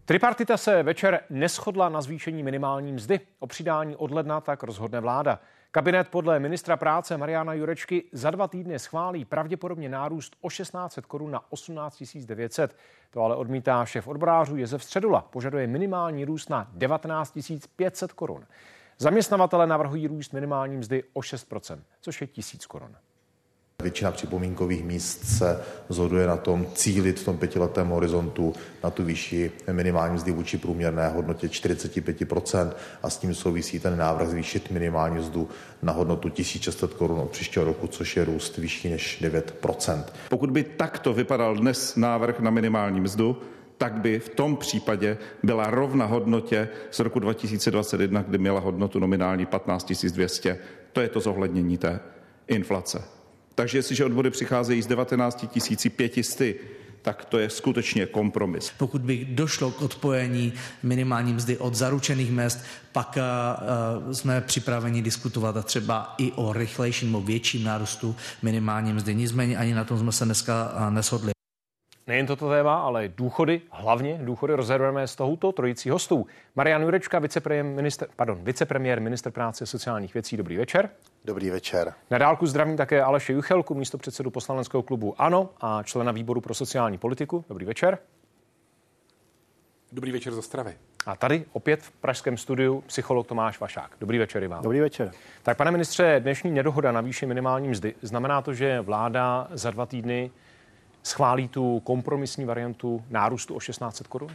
Tripartita se večer neshodla na zvýšení minimální mzdy. O přidání od ledna tak rozhodne vláda. Kabinet podle ministra práce Mariana Jurečky za 2 týdny schválí pravděpodobně nárůst o 1600 korun na 18 900. To ale odmítá šéf odborářů Josef Středula. Požaduje minimální růst na 19 500 korun. Zaměstnavatele navrhují růst minimální mzdy o 6%, což je 1000 korun. Většina připomínkových míst se shoduje na tom cílit v tom 5letém horizontu na tu vyšší minimální mzdy vůči průměrné hodnotě 45% a s tím souvisí ten návrh zvýšit minimální mzdu na hodnotu 1600 korun od příštího roku, což je růst vyšší než 9%. Pokud by takto vypadal dnes návrh na minimální mzdu, tak by v tom případě byla rovna hodnotě z roku 2021, kdy měla hodnotu nominální 15 200. To je to zohlednění té inflace. Takže jestliže odvody přicházejí z 19 500, tak to je skutečně kompromis. Pokud by došlo k odpojení minimální mzdy od zaručených mezd, pak jsme připraveni diskutovat a třeba i o rychlejším nebo větším nárůstu minimální mzdy. Nicméně ani na tom jsme se dneska neshodli. Nejen toto téma, ale důchody, hlavně důchody rozhodujeme z tohoto trojicí hostů. Marian Jurečka, vicepremiér, ministr práce a sociálních věcí. Dobrý večer. Dobrý večer. Na dálku zdravím také Aleše Juchelku, místopředsedu poslaneckého klubu ANO a člena výboru pro sociální politiku. Dobrý večer. Dobrý večer z Ostravy. A tady opět v pražském studiu psycholog Tomáš Vašák. Dobrý večer i vám. Dobrý večer. Tak pane ministře, dnešní nedohoda na výši minimální mzdy, znamená to, že vláda za 2 týdny schválí tu kompromisní variantu nárůstu o 1600 korun?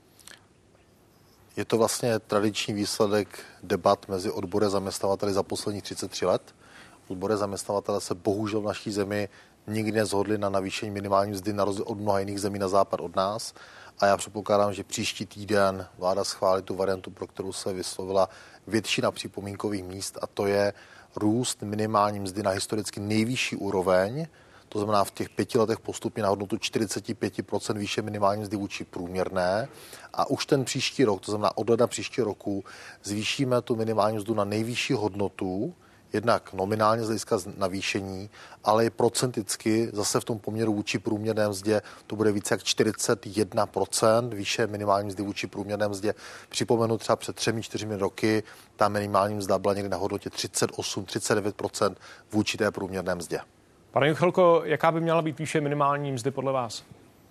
Je to vlastně tradiční výsledek debat mezi odbory zaměstnavateli za posledních 33 let. Odbory zaměstnavatele se bohužel v naší zemi nikdy neshodli na navýšení minimální mzdy na rozdíl od mnoha jiných zemí na západ od nás. A já předpokládám, že příští týden vláda schválí tu variantu, pro kterou se vyslovila většina připomínkových míst, a to je růst minimální mzdy na historicky nejvyšší úroveň. To znamená v těch 5 letech postupně na hodnotu 45% výše minimální mzdy vůči průměrné. A už ten příští rok, to znamená od ledna příštího roku, zvýšíme tu minimální mzdu na nejvyšší hodnotu, jednak nominálně z hlediska navýšení, ale i procenticky zase v tom poměru vůči průměrné mzdě to bude více jak 41% výše minimální mzdy vůči průměrné mzdě. Připomenu třeba před 3-4 roky ta minimální mzda byla někde na hodnotě 38-39% vůči té průměrné mzdě. Pane Juchelko, jaká by měla být výše minimální mzdy podle vás?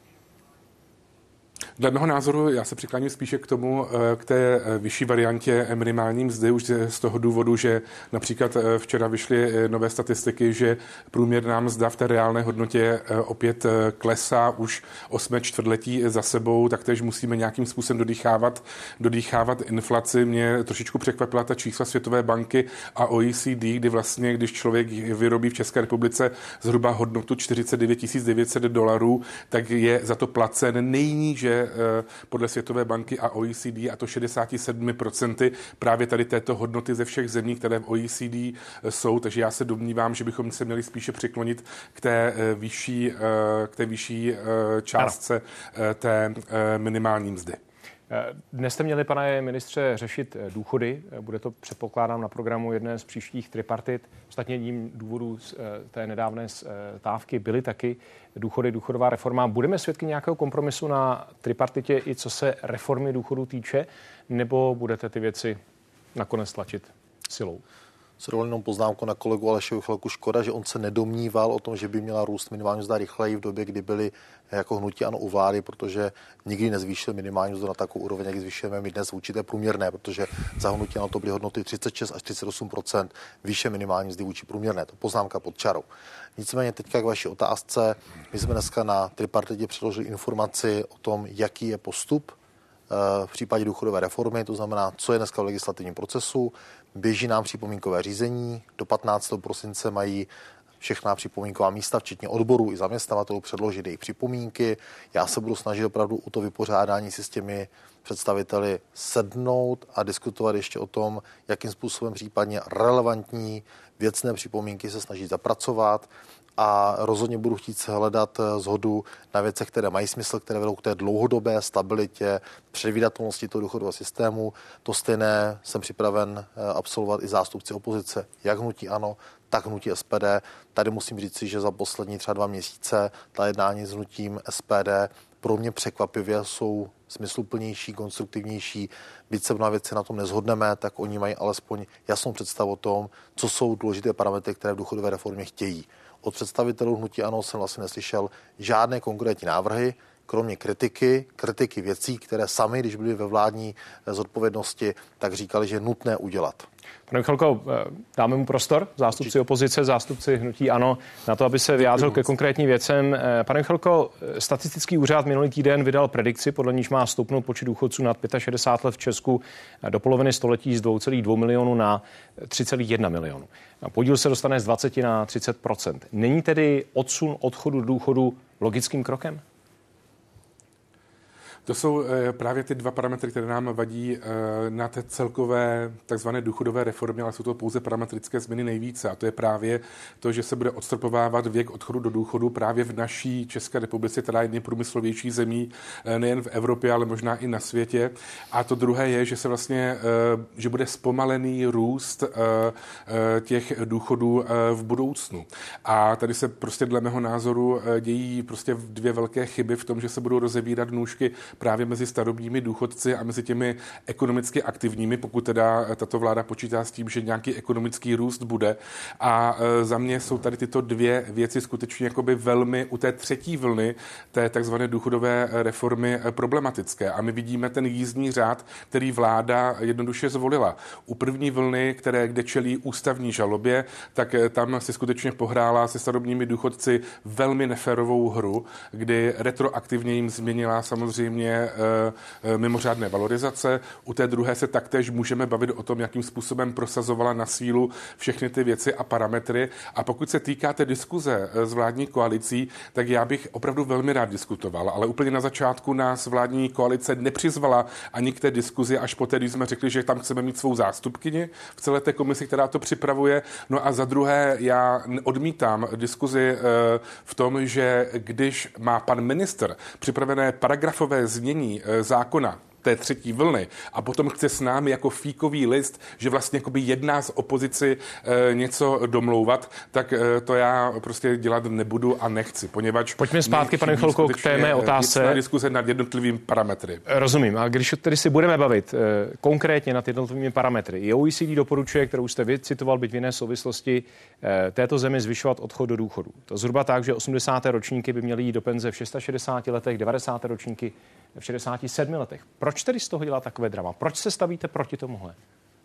Dle mého názoru já se přikláním spíše k té vyšší variantě minimální mzdy, už z toho důvodu, že například včera vyšly nové statistiky, že průměrná mzda v té reálné hodnotě opět klesá už 8 čtvrtletí za sebou, taktéž musíme nějakým způsobem dodýchávat inflaci. Mě trošičku překvapila ta čísla Světové banky a OECD, kdy vlastně, když člověk vyrobí v České republice zhruba hodnotu $49 900, tak je za to placen nejníže podle Světové banky a OECD, a to 67% právě tady této hodnoty ze všech zemí, které v OECD jsou. Takže já se domnívám, že bychom se měli spíše přiklonit k té vyšší částce té minimální mzdy. Dnes jste měli, pane ministře, řešit důchody. Bude to, předpokládám, na programu jedné z příštích tripartit. Ostatně jedním důvodů té nedávné stávky byly taky důchody, důchodová reforma. Budeme svědky nějakého kompromisu na tripartitě i co se reformy důchodů týče, nebo budete ty věci nakonec tlačit silou? S dovolenou poznámkou na kolegu Aleše Juchelku, škoda, že on se nedomníval o tom, že by měla růst minimální mzda rychleji v době, kdy byli jako hnutí ANO u vlády, protože nikdy nezvýšil minimální mzdu na takovou úroveň, jak zvýšujeme my dnes vůči té průměrné, protože za hnutí ANO to byly hodnoty 36 až 38% výše minimální mzdy vůči průměrné. To poznámka pod čarou. Nicméně teďka k vaší otázce. My jsme dneska na tripartitě předložili informaci o tom, jaký je postup v případě důchodové reformy, to znamená, co je dneska v legislativním procesu. Běží nám připomínkové řízení. Do 15. prosince mají všechna připomínková místa, včetně odborů i zaměstnavatelů, předložit jejich připomínky. Já se budu snažit opravdu u to vypořádání si s těmi představiteli sednout a diskutovat ještě o tom, jakým způsobem případně relevantní věcné připomínky se snaží zapracovat. A rozhodně budu chtít hledat shodu na věcech, které mají smysl, které vedou k té dlouhodobé stabilitě, předvídatelnosti toho důchodového systému. To stejné jsem připraven absolvovat i zástupci opozice, jak hnutí ANO, tak hnutí SPD. Tady musím říct si, že za poslední třeba 2 měsíce ta jednání s hnutím SPD pro mě překvapivě jsou smysluplnější, konstruktivnější. Byť se na věci na tom nezhodneme, tak oni mají alespoň jasnou představu o tom, co jsou důležité parametry, které v důchodové reformě chtějí. Od představitelů hnutí ANO jsem vlastně neslyšel žádné konkrétní návrhy, kromě kritiky věcí, které sami, když byli ve vládní zodpovědnosti, tak říkali, že je nutné udělat. Pane Juchelko, dáme mu prostor, zástupci opozice, zástupci hnutí ANO, na to, aby se vyjádřil ke konkrétním věcem. Pane Juchelko, statistický úřad minulý týden vydal predikci, podle níž má stoupnout počet důchodců nad 65 let v Česku do poloviny století z 2,2 milionu na 3,1 milionu. Podíl se dostane z 20 na 30%. Není tedy odsun odchodu do důchodu logickým krokem? To jsou právě ty dva parametry, které nám vadí na té celkové takzvané důchodové reformě, ale jsou to pouze parametrické změny nejvíce. A to je právě to, že se bude odstropovávat věk odchodu do důchodu právě v naší České republice, která je nejprůmyslovější zemí nejen v Evropě, ale možná i na světě. A to druhé je, že se vlastně, že bude zpomalený růst těch důchodů v budoucnu. A tady se prostě dle mého názoru dějí prostě dvě velké chyby v tom, že se budou rozevírat nůžky právě mezi starobními důchodci a mezi těmi ekonomicky aktivními, pokud teda tato vláda počítá s tím, že nějaký ekonomický růst bude. A za mě jsou tady tyto dvě věci skutečně jakoby velmi u té třetí vlny té takzvané důchodové reformy problematické. A my vidíme ten jízdní řád, který vláda jednoduše zvolila. U první vlny, kde čelí ústavní žalobě, tak tam si skutečně pohrála se starobními důchodci velmi neférovou hru, kdy retroaktivně jim změnila samozřejmě mimořádné valorizace. U té druhé se taktéž můžeme bavit o tom, jakým způsobem prosazovala na sílu všechny ty věci a parametry. A pokud se týká té diskuze s vládní koalicí, tak já bych opravdu velmi rád diskutoval, ale úplně na začátku nás vládní koalice nepřizvala ani k té diskuzi, až poté, když jsme řekli, že tam chceme mít svou zástupkyni v celé té komisi, která to připravuje. No a za druhé, já odmítám diskuzi v tom, že když má pan ministr připravené paragrafové znění zákona té třetí vlny a potom chce s námi jako fíkový list, že vlastně jakoby jedná z opozici něco domlouvat, tak to já prostě dělat nebudu a nechci, poněvadž... Pojďme zpátky, pane Juchelko, k té mé otázce. Diskuse nad jednotlivými parametry. Rozumím. A když tedy si budeme bavit konkrétně nad jednotlivými parametry, i OECD doporučuje, kterou jste vy citoval, byť v jiné souvislosti, této zemi zvyšovat odchod do důchodu. To zhruba tak, že 80. ročníky by měly jít do penze v 660 letech, 90. ročníky v 67 letech. Proč tedy z toho dělá takové drama? Proč se stavíte proti tomuhle?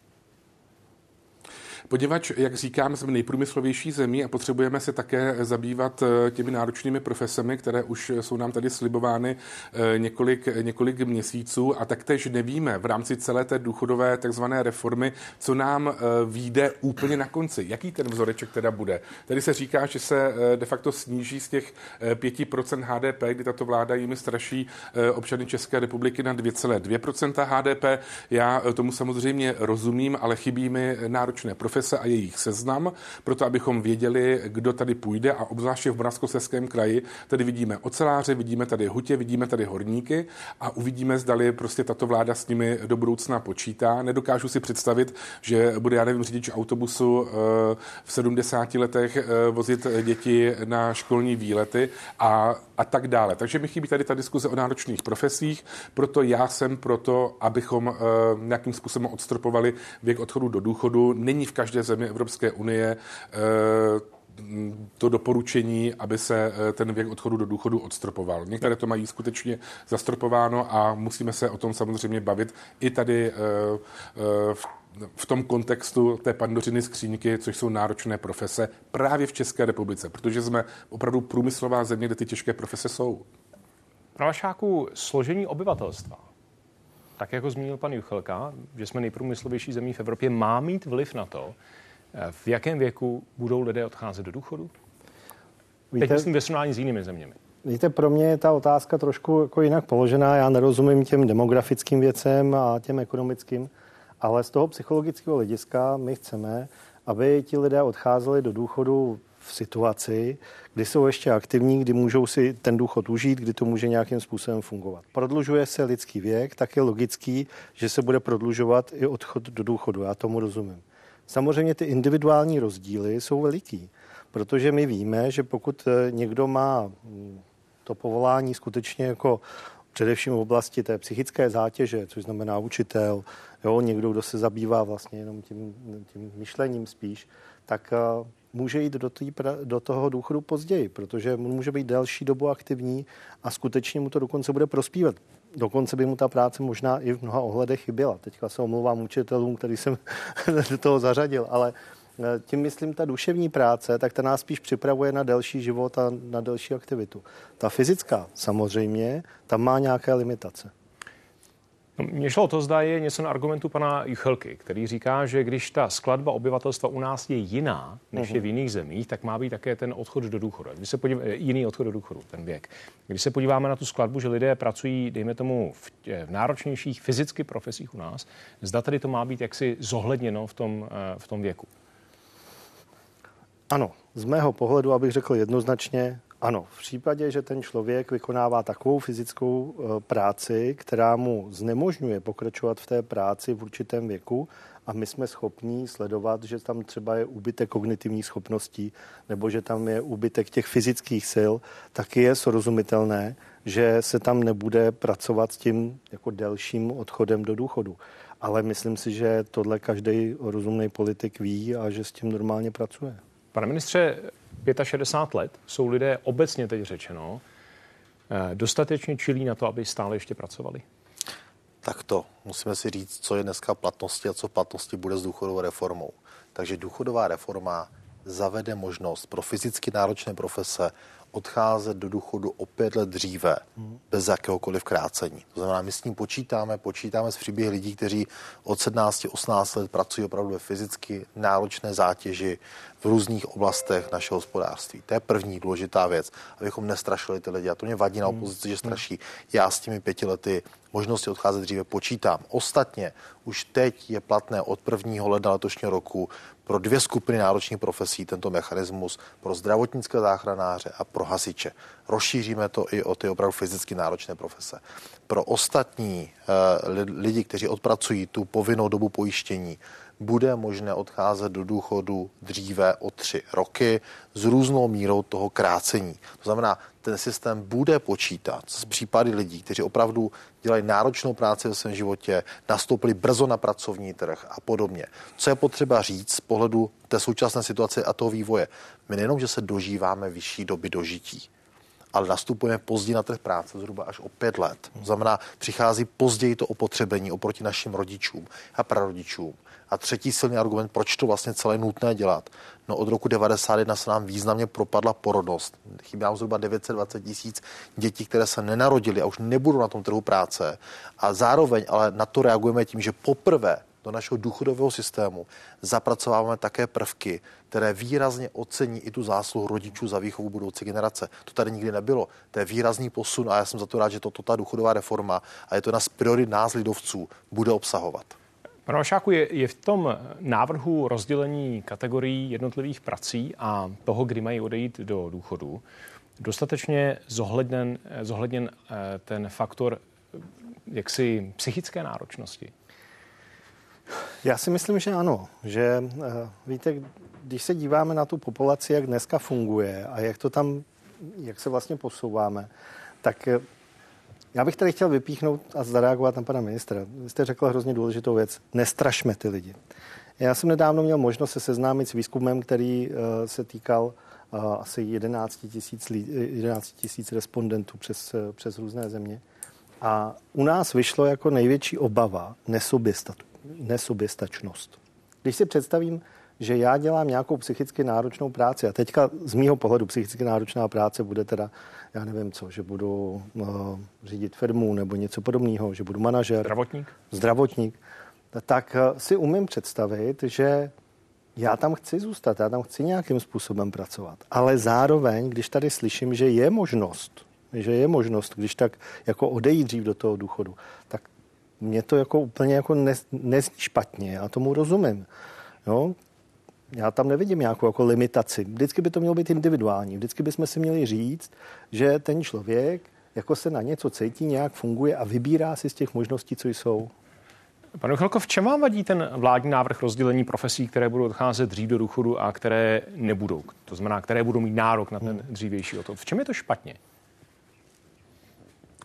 Poněvadž, jak říkám, jsme nejprůmyslovější zemí a potřebujeme se také zabývat těmi náročnými profesemi, které už jsou nám tady slibovány několik měsíců a taktéž nevíme v rámci celé té důchodové takzvané reformy, co nám vyjde úplně na konci. Jaký ten vzoreček teda bude? Tady se říká, že se de facto sníží z těch 5% HDP, kdy tato vláda jimi straší občany České republiky na 2,2% HDP. Já tomu samozřejmě rozumím, ale chybí mi náročné profese a jejich seznam, proto abychom věděli, kdo tady půjde a obzvláště v Moravskoslezském kraji tady vidíme oceláře, vidíme tady hutě, vidíme tady horníky a uvidíme, zdali prostě tato vláda s nimi do budoucna počítá. Nedokážu si představit, že bude, já nevím, řidič autobusu v 70 letech vozit děti na školní výlety a tak dále. Takže mi chybí tady ta diskuze o náročných profesích, proto já jsem proto, abychom nějakým způsobem odstropovali věk odchodu do důchodu. Není v každé zemi Evropské unie to doporučení, aby se ten věk odchodu do důchodu odstropoval. Některé to mají skutečně zastropováno a musíme se o tom samozřejmě bavit i tady v tom kontextu té Pandořiny skříňky, což jsou náročné profese právě v České republice, protože jsme opravdu průmyslová země, kde ty těžké profese jsou. Pro Vašáku, složení obyvatelstva, tak jako zmínil pan Juchelka, že jsme nejprůmyslovější zemí v Evropě, má mít vliv na to, v jakém věku budou lidé odcházet do důchodu? Teď myslím ve srovnání s jinými zeměmi. Víte, pro mě je ta otázka trošku jako jinak položená. Já nerozumím těm demografickým věcem a těm ekonomickým, ale z toho psychologického hlediska my chceme, aby ti lidé odcházeli do důchodu v situaci, kdy jsou ještě aktivní, kdy můžou si ten důchod užít, kdy to může nějakým způsobem fungovat. Prodlužuje se lidský věk, tak je logický, že se bude prodlužovat i odchod do důchodu. Já tomu rozumím. Samozřejmě ty individuální rozdíly jsou veliký, protože my víme, že pokud někdo má to povolání skutečně jako především v oblasti té psychické zátěže, což znamená učitel, jo, někdo, kdo se zabývá vlastně jenom tím myšlením spíš, tak může jít do toho důchodu později, protože může být delší dobu aktivní a skutečně mu to dokonce bude prospívat. Dokonce by mu ta práce možná i v mnoha ohledech chyběla. Teďka se omlouvám učitelům, který jsem do toho zařadil, ale tím myslím ta duševní práce, tak ta nás spíš připravuje na delší život a na delší aktivitu. Ta fyzická samozřejmě, tam má nějaké limitace. Mně šlo to, zda je něco na argumentu pana Juchelky, který říká, že když ta skladba obyvatelstva u nás je jiná, než je v jiných zemích, tak má být také ten odchod do důchodu. Jiný odchod do důchodu, ten věk. Když se podíváme na tu skladbu, že lidé pracují, dejme tomu, v náročnějších fyzicky profesích u nás, zda tedy to má být jaksi zohledněno v tom věku. Ano, z mého pohledu, abych řekl jednoznačně, ano, v případě, že ten člověk vykonává takovou fyzickou práci, která mu znemožňuje pokračovat v té práci v určitém věku a my jsme schopní sledovat, že tam třeba je úbytek kognitivních schopností nebo že tam je úbytek těch fyzických sil, tak je srozumitelné, že se tam nebude pracovat s tím jako delším odchodem do důchodu. Ale myslím si, že tohle každý rozumný politik ví a že s tím normálně pracuje. Pane ministře, 65 let jsou lidé obecně teď řečeno dostatečně čilí na to, aby stále ještě pracovali? Takto musíme si říct, co je dneska platnosti a co v platnosti bude s důchodovou reformou. Takže důchodová reforma zavede možnost pro fyzicky náročné profese odcházet do důchodu o 5 let dříve, bez jakéhokoliv krácení. To znamená, my s tím počítáme s příběhy lidí, kteří od 17-18 let pracují opravdu ve fyzicky náročné zátěži v různých oblastech našeho hospodářství. To je první důležitá věc, abychom nestrašili ty lidi. A to mě vadí na opozici, že straší. Já s těmi 5 lety možnosti odcházet dříve počítám. Ostatně už teď je platné od 1. ledna letošního roku pro 2 skupiny náročných profesí tento mechanismus pro zdravotnické záchranáře a pro hasiče. Rozšíříme to i o ty opravdu fyzicky náročné profese. Pro ostatní lidi, kteří odpracují tu povinnou dobu pojištění, bude možné odcházet do důchodu dříve o 3 roky s různou mírou toho krácení. To znamená, ten systém bude počítat s případy lidí, kteří opravdu dělají náročnou práci ve svém životě, nastoupili brzo na pracovní trh a podobně. Co je potřeba říct z pohledu té současné situace a toho vývoje? My nejenom, že se dožíváme vyšší doby dožití, ale nastupujeme později na trh práce, zhruba až o 5 let. To znamená, přichází později to opotřebení oproti našim rodičům a prarodičům. A třetí silný argument, proč to vlastně celé nutné dělat. No od roku 1991 se nám významně propadla porodnost. Chybí nám zhruba 920 000 dětí, které se nenarodily a už nebudou na tom trhu práce. A zároveň ale na to reagujeme tím, že poprvé do našeho důchodového systému zapracováváme také prvky, které výrazně ocení i tu zásluhu rodičů za výchovu budoucí generace. To tady nikdy nebylo. To je výrazný posun a já jsem za to rád, že ta důchodová reforma a je to jedna z priorit nás lidovců bude obsahovat. Pane Vašáku, je v tom návrhu rozdělení kategorií jednotlivých prací a toho, kdy mají odejít do důchodu, dostatečně zohledněn ten faktor jaksi psychické náročnosti? Já si myslím, že ano. Že víte, když se díváme na tu populaci, jak dneska funguje a jak se vlastně posouváme, tak já bych tady chtěl vypíchnout a zareagovat na pana ministra. Vy jste řekl hrozně důležitou věc. Nestrašme ty lidi. Já jsem nedávno měl možnost se seznámit s výzkumem, který se týkal asi 11 000 respondentů přes různé země. A u nás vyšlo jako největší obava nesoběstačnost. Když si představím, že já dělám nějakou psychicky náročnou práci a teďka z mýho pohledu psychicky náročná práce bude teda, já nevím co, že budu řídit firmu nebo něco podobného, že budu manažer. Zdravotník. Tak si umím představit, že já tam chci zůstat, já tam chci nějakým způsobem pracovat. Ale zároveň, když tady slyším, že je možnost, když tak jako odejít dřív do toho důchodu, tak mě to jako úplně jako nezní špatně, já tomu rozumím. Jo? Já tam nevidím nějakou jako limitaci. Vždycky by to mělo být individuální. Vždycky bychom si měli říct, že ten člověk jako se na něco cítí, nějak funguje a vybírá si z těch možností, co jsou. Pane Juchelko, v čem vám vadí ten vládní návrh rozdělení profesí, které budou odcházet dřív do důchodu a které nebudou? To znamená, které budou mít nárok na ten dřívější odchod. V čem je to špatně?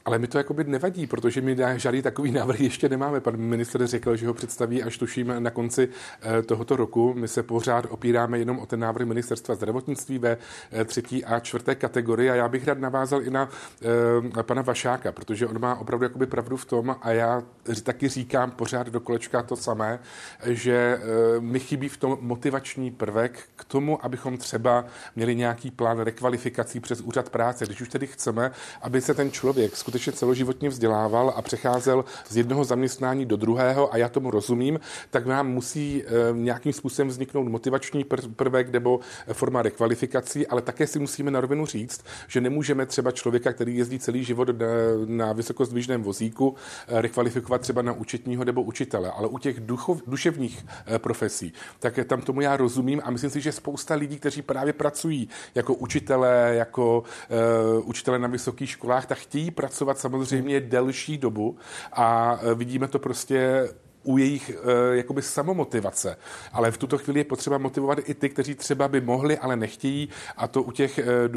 Ale mi to jakoby nevadí, protože my žádný takový návrh ještě nemáme. Pan ministr řekl, že ho představí až tuším na konci tohoto roku. My se pořád opíráme jenom o ten návrh ministerstva zdravotnictví ve 3. a 4. kategorii a já bych rád navázal i na pana Vašáka, protože on má opravdu jakoby pravdu v tom a já taky říkám pořád do kolečka to samé, že mi chybí v tom motivační prvek k tomu, abychom třeba měli nějaký plán rekvalifikací přes úřad práce. Když už tedy chceme, aby se ten člověk skutečně celoživotně vzdělával a přecházel z jednoho zaměstnání do druhého, a já tomu rozumím, tak nám musí nějakým způsobem vzniknout motivační prvek nebo forma rekvalifikací, ale také si musíme na rovinu říct, že nemůžeme třeba člověka, který jezdí celý život na vysokozdvižném vozíku, rekvalifikovat třeba na účetního nebo učitele, ale u těch duševních profesí, tak tam tomu já rozumím a myslím si, že spousta lidí, kteří právě pracují jako učitelé, jako učitelé na vysokých školách, tak chtějí pracovat samozřejmě delší dobu a vidíme to prostě u jejich jakoby samomotivace. Ale v tuto chvíli je potřeba motivovat i ty, kteří třeba by mohli, ale nechtějí, a to u těch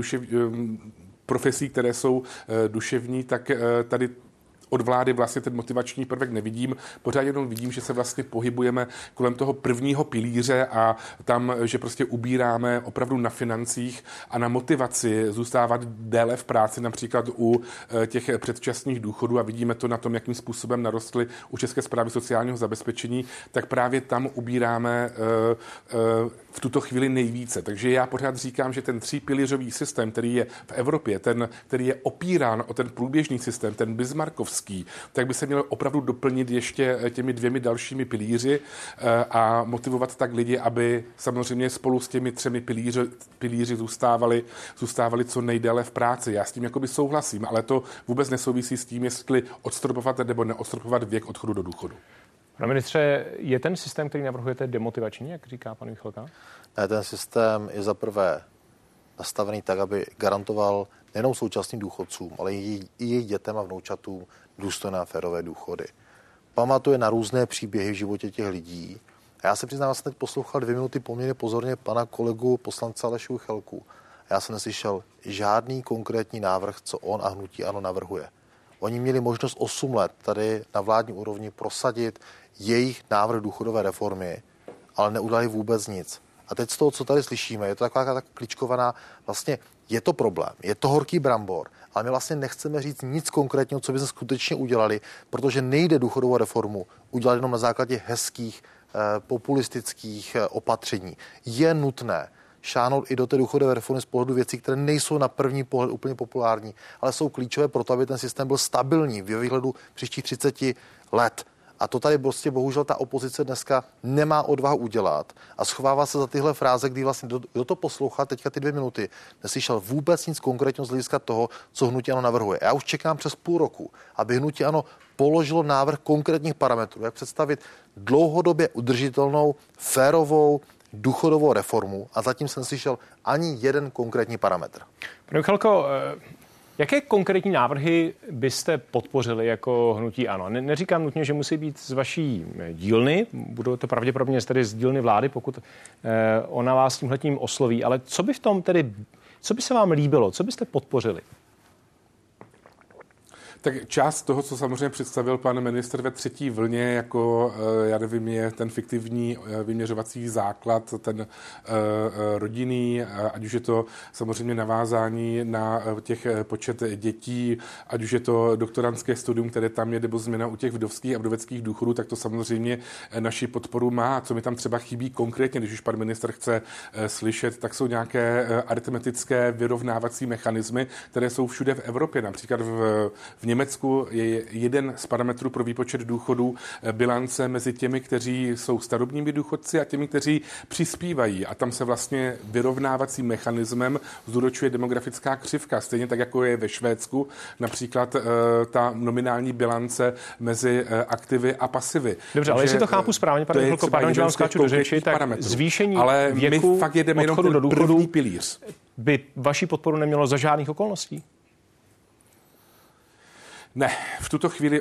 profesí, které jsou duševní, tak tady od vlády vlastně ten motivační prvek nevidím. Pořád jenom vidím, že se vlastně pohybujeme kolem toho prvního pilíře a tam, že prostě ubíráme opravdu na financích a na motivaci zůstávat déle v práci, například u těch předčasných důchodů, a vidíme to na tom, jakým způsobem narostly u České správy sociálního zabezpečení, tak právě tam ubíráme v tuto chvíli nejvíce. Takže já pořád říkám, že ten 3pilířový systém, který je v Evropě, ten, který je opírán o ten průběžný systém, ten bismarckovský, tak by se měl opravdu doplnit ještě těmi 2 dalšími pilíři a motivovat tak lidi, aby samozřejmě spolu s těmi 3 pilíři zůstávali co nejdéle v práci. Já s tím jakoby souhlasím, ale to vůbec nesouvisí s tím, jestli odstropovat nebo neodstropovat věk odchodu do důchodu. Pane ministře, je ten systém, který navrhujete, demotivační, jak říká pan Juchelka? Ne, ten systém je zaprvé nastavený tak, aby garantoval nejenom současným důchodcům, ale i jejich dětem a vnoučatům důstojné a férové důchody. Pamatuje na různé příběhy v životě těch lidí. A já se přiznám, že jsem teď poslouchal 2 minuty poměrně pozorně pana kolegu poslance Aleše Juchelku. Já jsem neslyšel žádný konkrétní návrh, co on a hnutí ANO navrhuje. Oni měli možnost 8 let tady na vládní úrovni prosadit jejich návrh důchodové reformy, ale neudělali vůbec nic. A teď z toho, co tady slyšíme, je to taková kličkovaná, vlastně je to problém, je to horký brambor, ale my vlastně nechceme říct nic konkrétního, co by se skutečně udělali, protože nejde důchodovou reformu udělat jenom na základě hezkých, populistických opatření. Je nutné šáhnout i do té důchodové reformy z pohledu věcí, které nejsou na první pohled úplně populární, ale jsou klíčové pro to, aby ten systém byl stabilní v výhledu příštích 30 let. A to tady prostě bohužel ta opozice dneska nemá odvahu udělat a schovává se za tyhle fráze, kdy vlastně kdo to poslouchá teďka ty 2 minuty, neslyšel vůbec nic konkrétního z hlediska toho, co hnutí ANO navrhuje. Já už čekám přes půl roku, aby hnutí ANO položilo návrh konkrétních parametrů, jak představit dlouhodobě udržitelnou, férovou důchodovou reformu, a zatím jsem slyšel ani jeden konkrétní parametr. Pane Juchelko, jaké konkrétní návrhy byste podpořili jako hnutí ANO? Neříkám nutně, že musí být z vaší dílny, budou to pravděpodobně tedy z dílny vlády, pokud ona vás tímhletím osloví, ale co by v tom tedy, co by se vám líbilo, co byste podpořili? Tak část toho, co samozřejmě představil pan ministr ve 3. vlně, jako, já nevím, je ten fiktivní vyměřovací základ, ten rodinný, ať už je to samozřejmě navázání na těch počet dětí, ať už je to doktorantské studium, které tam je, nebo změna u těch vdovských a vdoveckých důchodů, tak to samozřejmě naši podporu má. Co mi tam třeba chybí konkrétně, když už pan ministr chce slyšet, tak jsou nějaké aritmetické vyrovnávací mechanismy, které jsou všude v Evropě. Například v Německu je jeden z parametrů pro výpočet důchodů bilance mezi těmi, kteří jsou starobními důchodci, a těmi, kteří přispívají. A tam se vlastně vyrovnávacím mechanismem zúročuje demografická křivka. Stejně tak, jako je ve Švédsku například ta nominální bilance mezi aktivy a pasivy. Dobře, ale jestli to chápu správně, pane Juchelko, pardon, že vám skáču do řeči, tak zvýšení věku odchodu do důchodu by vaši podporu nemělo za žádných okolností? Ne, v tuto chvíli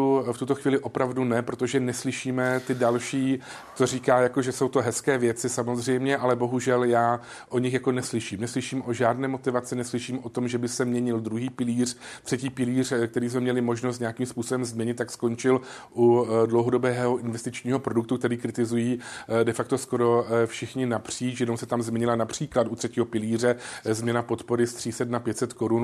opravdu ne, protože neslyšíme ty další, co říká, jako že jsou to hezké věci samozřejmě, ale bohužel já o nich jako neslyším. Neslyším o žádné motivaci, neslyším o tom, že by se měnil druhý pilíř, třetí pilíř, který jsme měli možnost nějakým způsobem změnit, tak skončil u dlouhodobého investičního produktu, který kritizují de facto skoro všichni napříč, jenom se tam změnila například u třetího pilíře změna podpory z 300 na 500 korun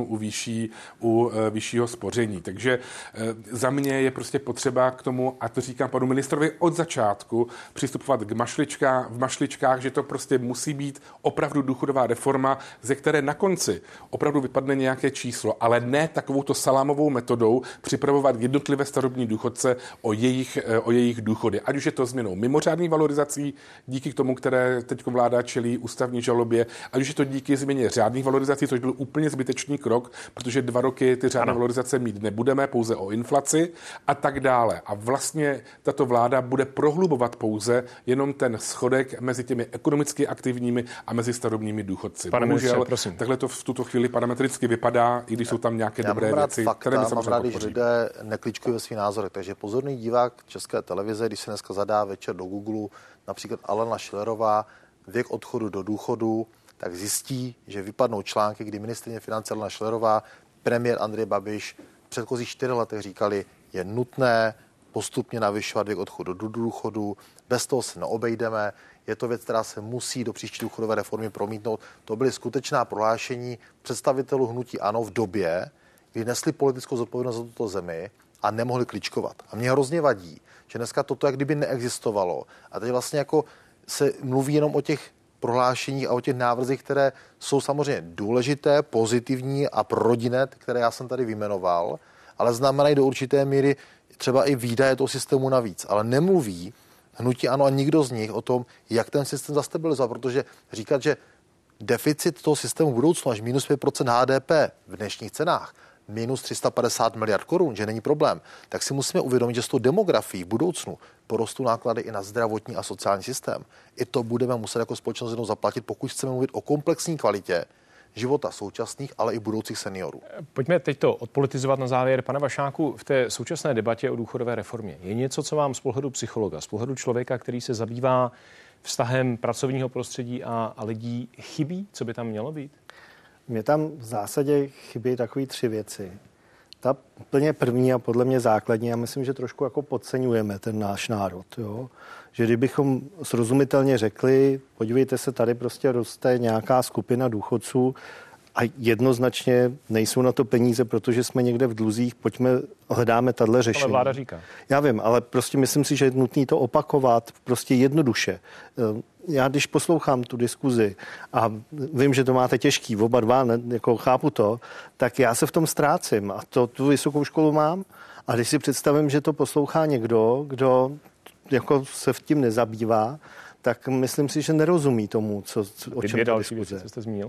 u vyššího spoření. Takže za mě je prostě potřeba k tomu, a to říkám panu ministrovi od začátku, přistupovat v mašličkách, že to prostě musí být opravdu důchodová reforma, ze které na konci opravdu vypadne nějaké číslo, ale ne takovouto salámovou metodou připravovat jednotlivé starobní důchodce o jejich důchody. Ať už je to změnou mimořádných valorizací, díky tomu, které teď vláda čelí ústavní žalobě, ať už je to díky změně řádných valorizací, což byl úplně zbytečný krok, protože 2 roky ty řádné valorizace mít nebudeme, pouze o inflaci a tak dále. A vlastně tato vláda bude prohlubovat pouze jenom ten schodek mezi těmi ekonomicky aktivními a mezi starobními důchodci. Pane bohužel, ministře, takhle to v tuto chvíli parametricky vypadá, i když jsou tam nějaké dobré věci, které my samozřejmě podpoříme. Když podpoříme. lidé nekličkují ve svých názorech, takže pozorný divák České televize, když se dneska zadá večer do Google například Alena Schillerová, věk odchodu do důchodu, tak zjistí, že vypadnou články, kdy ministryně financí Alena Schillerová, premiér Andrej Babiš v předchozích 4 letech říkali, je nutné postupně navyšovat věk odchodu do důchodu, bez toho se neobejdeme, je to věc, která se musí do příští důchodové reformy promítnout. To byly skutečná prohlášení představitelů hnutí ANO v době, kdy nesli politickou zodpovědnost za tuto zemi a nemohli kličkovat. A mě hrozně vadí, že dneska toto jak kdyby neexistovalo. A teď vlastně jako se mluví jenom o těch prohlášeních a o těch návrzích, které jsou samozřejmě důležité, pozitivní a prorodinné, které já jsem tady vyjmenoval, ale znamenají do určité míry třeba i výdaje toho systému navíc. Ale nemluví hnutí ANO a nikdo z nich o tom, jak ten systém zastabilizovat, protože říkat, že deficit toho systému v budoucnu až minus 5% HDP v dnešních cenách, minus 350 miliard korun, že není problém, tak si musíme uvědomit, že s tou demografií v budoucnu porostou náklady i na zdravotní a sociální systém. I to budeme muset jako společnost jednou zaplatit, pokud chceme mluvit o komplexní kvalitě života současných, ale i budoucích seniorů. Pojďme teď to odpolitizovat na závěr. Pane Vašáku, v té současné debatě o důchodové reformě je něco, co vám z pohledu psychologa, z pohledu člověka, který se zabývá vztahem pracovního prostředí a lidí, chybí? Co by tam mělo být? Mně tam v zásadě chybí takové 3 věci. Ta úplně první a podle mě základní, já myslím, že trošku jako podceňujeme ten náš národ. Jo? Že kdybychom srozumitelně řekli, podívejte se, tady prostě roste nějaká skupina důchodců a jednoznačně nejsou na to peníze, protože jsme někde v dluzích, hledáme tato řešení. Ale vláda říká. Já vím, ale prostě myslím si, že je nutné to opakovat prostě jednoduše. Já když poslouchám tu diskuzi a vím, že to máte těžký, oba dva, jako chápu to, tak já se v tom ztrácím a tu vysokou školu mám a když si představím, že to poslouchá někdo, kdo jako se v tím nezabývá, tak myslím si, že nerozumí tomu, o čem ta diskuze. Co jste zmínil?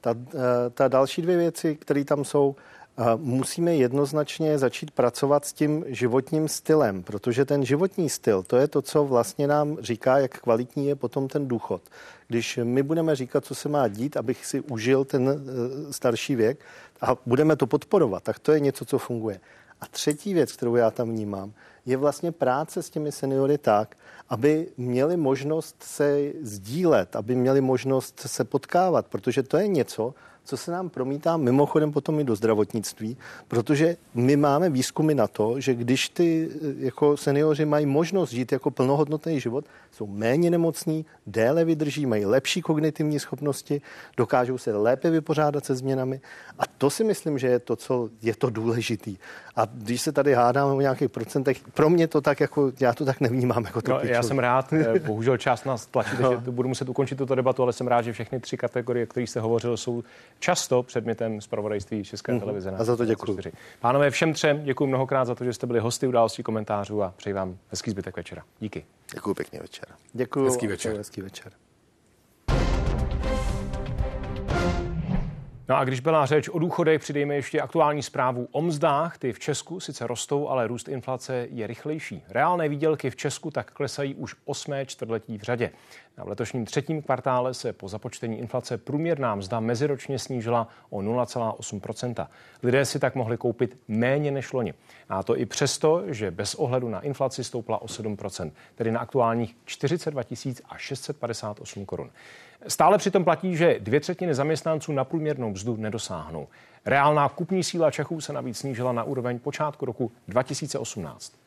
Ta další 2 věci, které tam jsou, musíme jednoznačně začít pracovat s tím životním stylem, protože ten životní styl, to je to, co vlastně nám říká, jak kvalitní je potom ten důchod. Když my budeme říkat, co se má dít, abych si užil ten starší věk a budeme to podporovat, tak to je něco, co funguje. A třetí věc, kterou já tam vnímám, je vlastně práce s těmi seniory tak, aby měli možnost se sdílet, aby měli možnost se potkávat, protože to je něco, co se nám promítá mimochodem potom i do zdravotnictví, protože my máme výzkumy na to, že když ty jako seniori mají možnost žít jako plnohodnotný život, jsou méně nemocní, déle vydrží, mají lepší kognitivní schopnosti, dokážou se lépe vypořádat se změnami a to si myslím, že je to, co je to důležitý. A když se tady hádáme o nějakých procentech, pro mě to tak jako, já to tak nevnímám jako to já jsem rád, bohužel čas nás tlačí, takže budu muset ukončit tuto debatu, ale jsem rád, že všechny 3 kategorie, o kterých jste hovořil, jsou často předmětem zpravodajství České televize. A za to děkuji. Pánové, všem 3 děkuji mnohokrát za to, že jste byli hosty Událostí komentářů a přeji vám hezký zbytek večera. Díky. Děkuji, pěkný večer. Děkuji. Hezký večer. No a když byla řeč o důchodech, přidejme ještě aktuální zprávu o mzdách. Ty v Česku sice rostou, ale růst inflace je rychlejší. Reálné výdělky v Česku tak klesají už 8. čtvrtletí v řadě. V letošním třetím kvartále se po započtení inflace průměrná mzda meziročně snížila o 0,8%. Lidé si tak mohli koupit méně než loni. A to i přesto, že bez ohledu na inflaci stoupla o 7%, tedy na aktuálních 42 658 korun. Stále přitom platí, že 2/3 zaměstnanců na průměrnou mzdu nedosáhnou. Reálná kupní síla Čechů se navíc snížila na úroveň počátku roku 2018.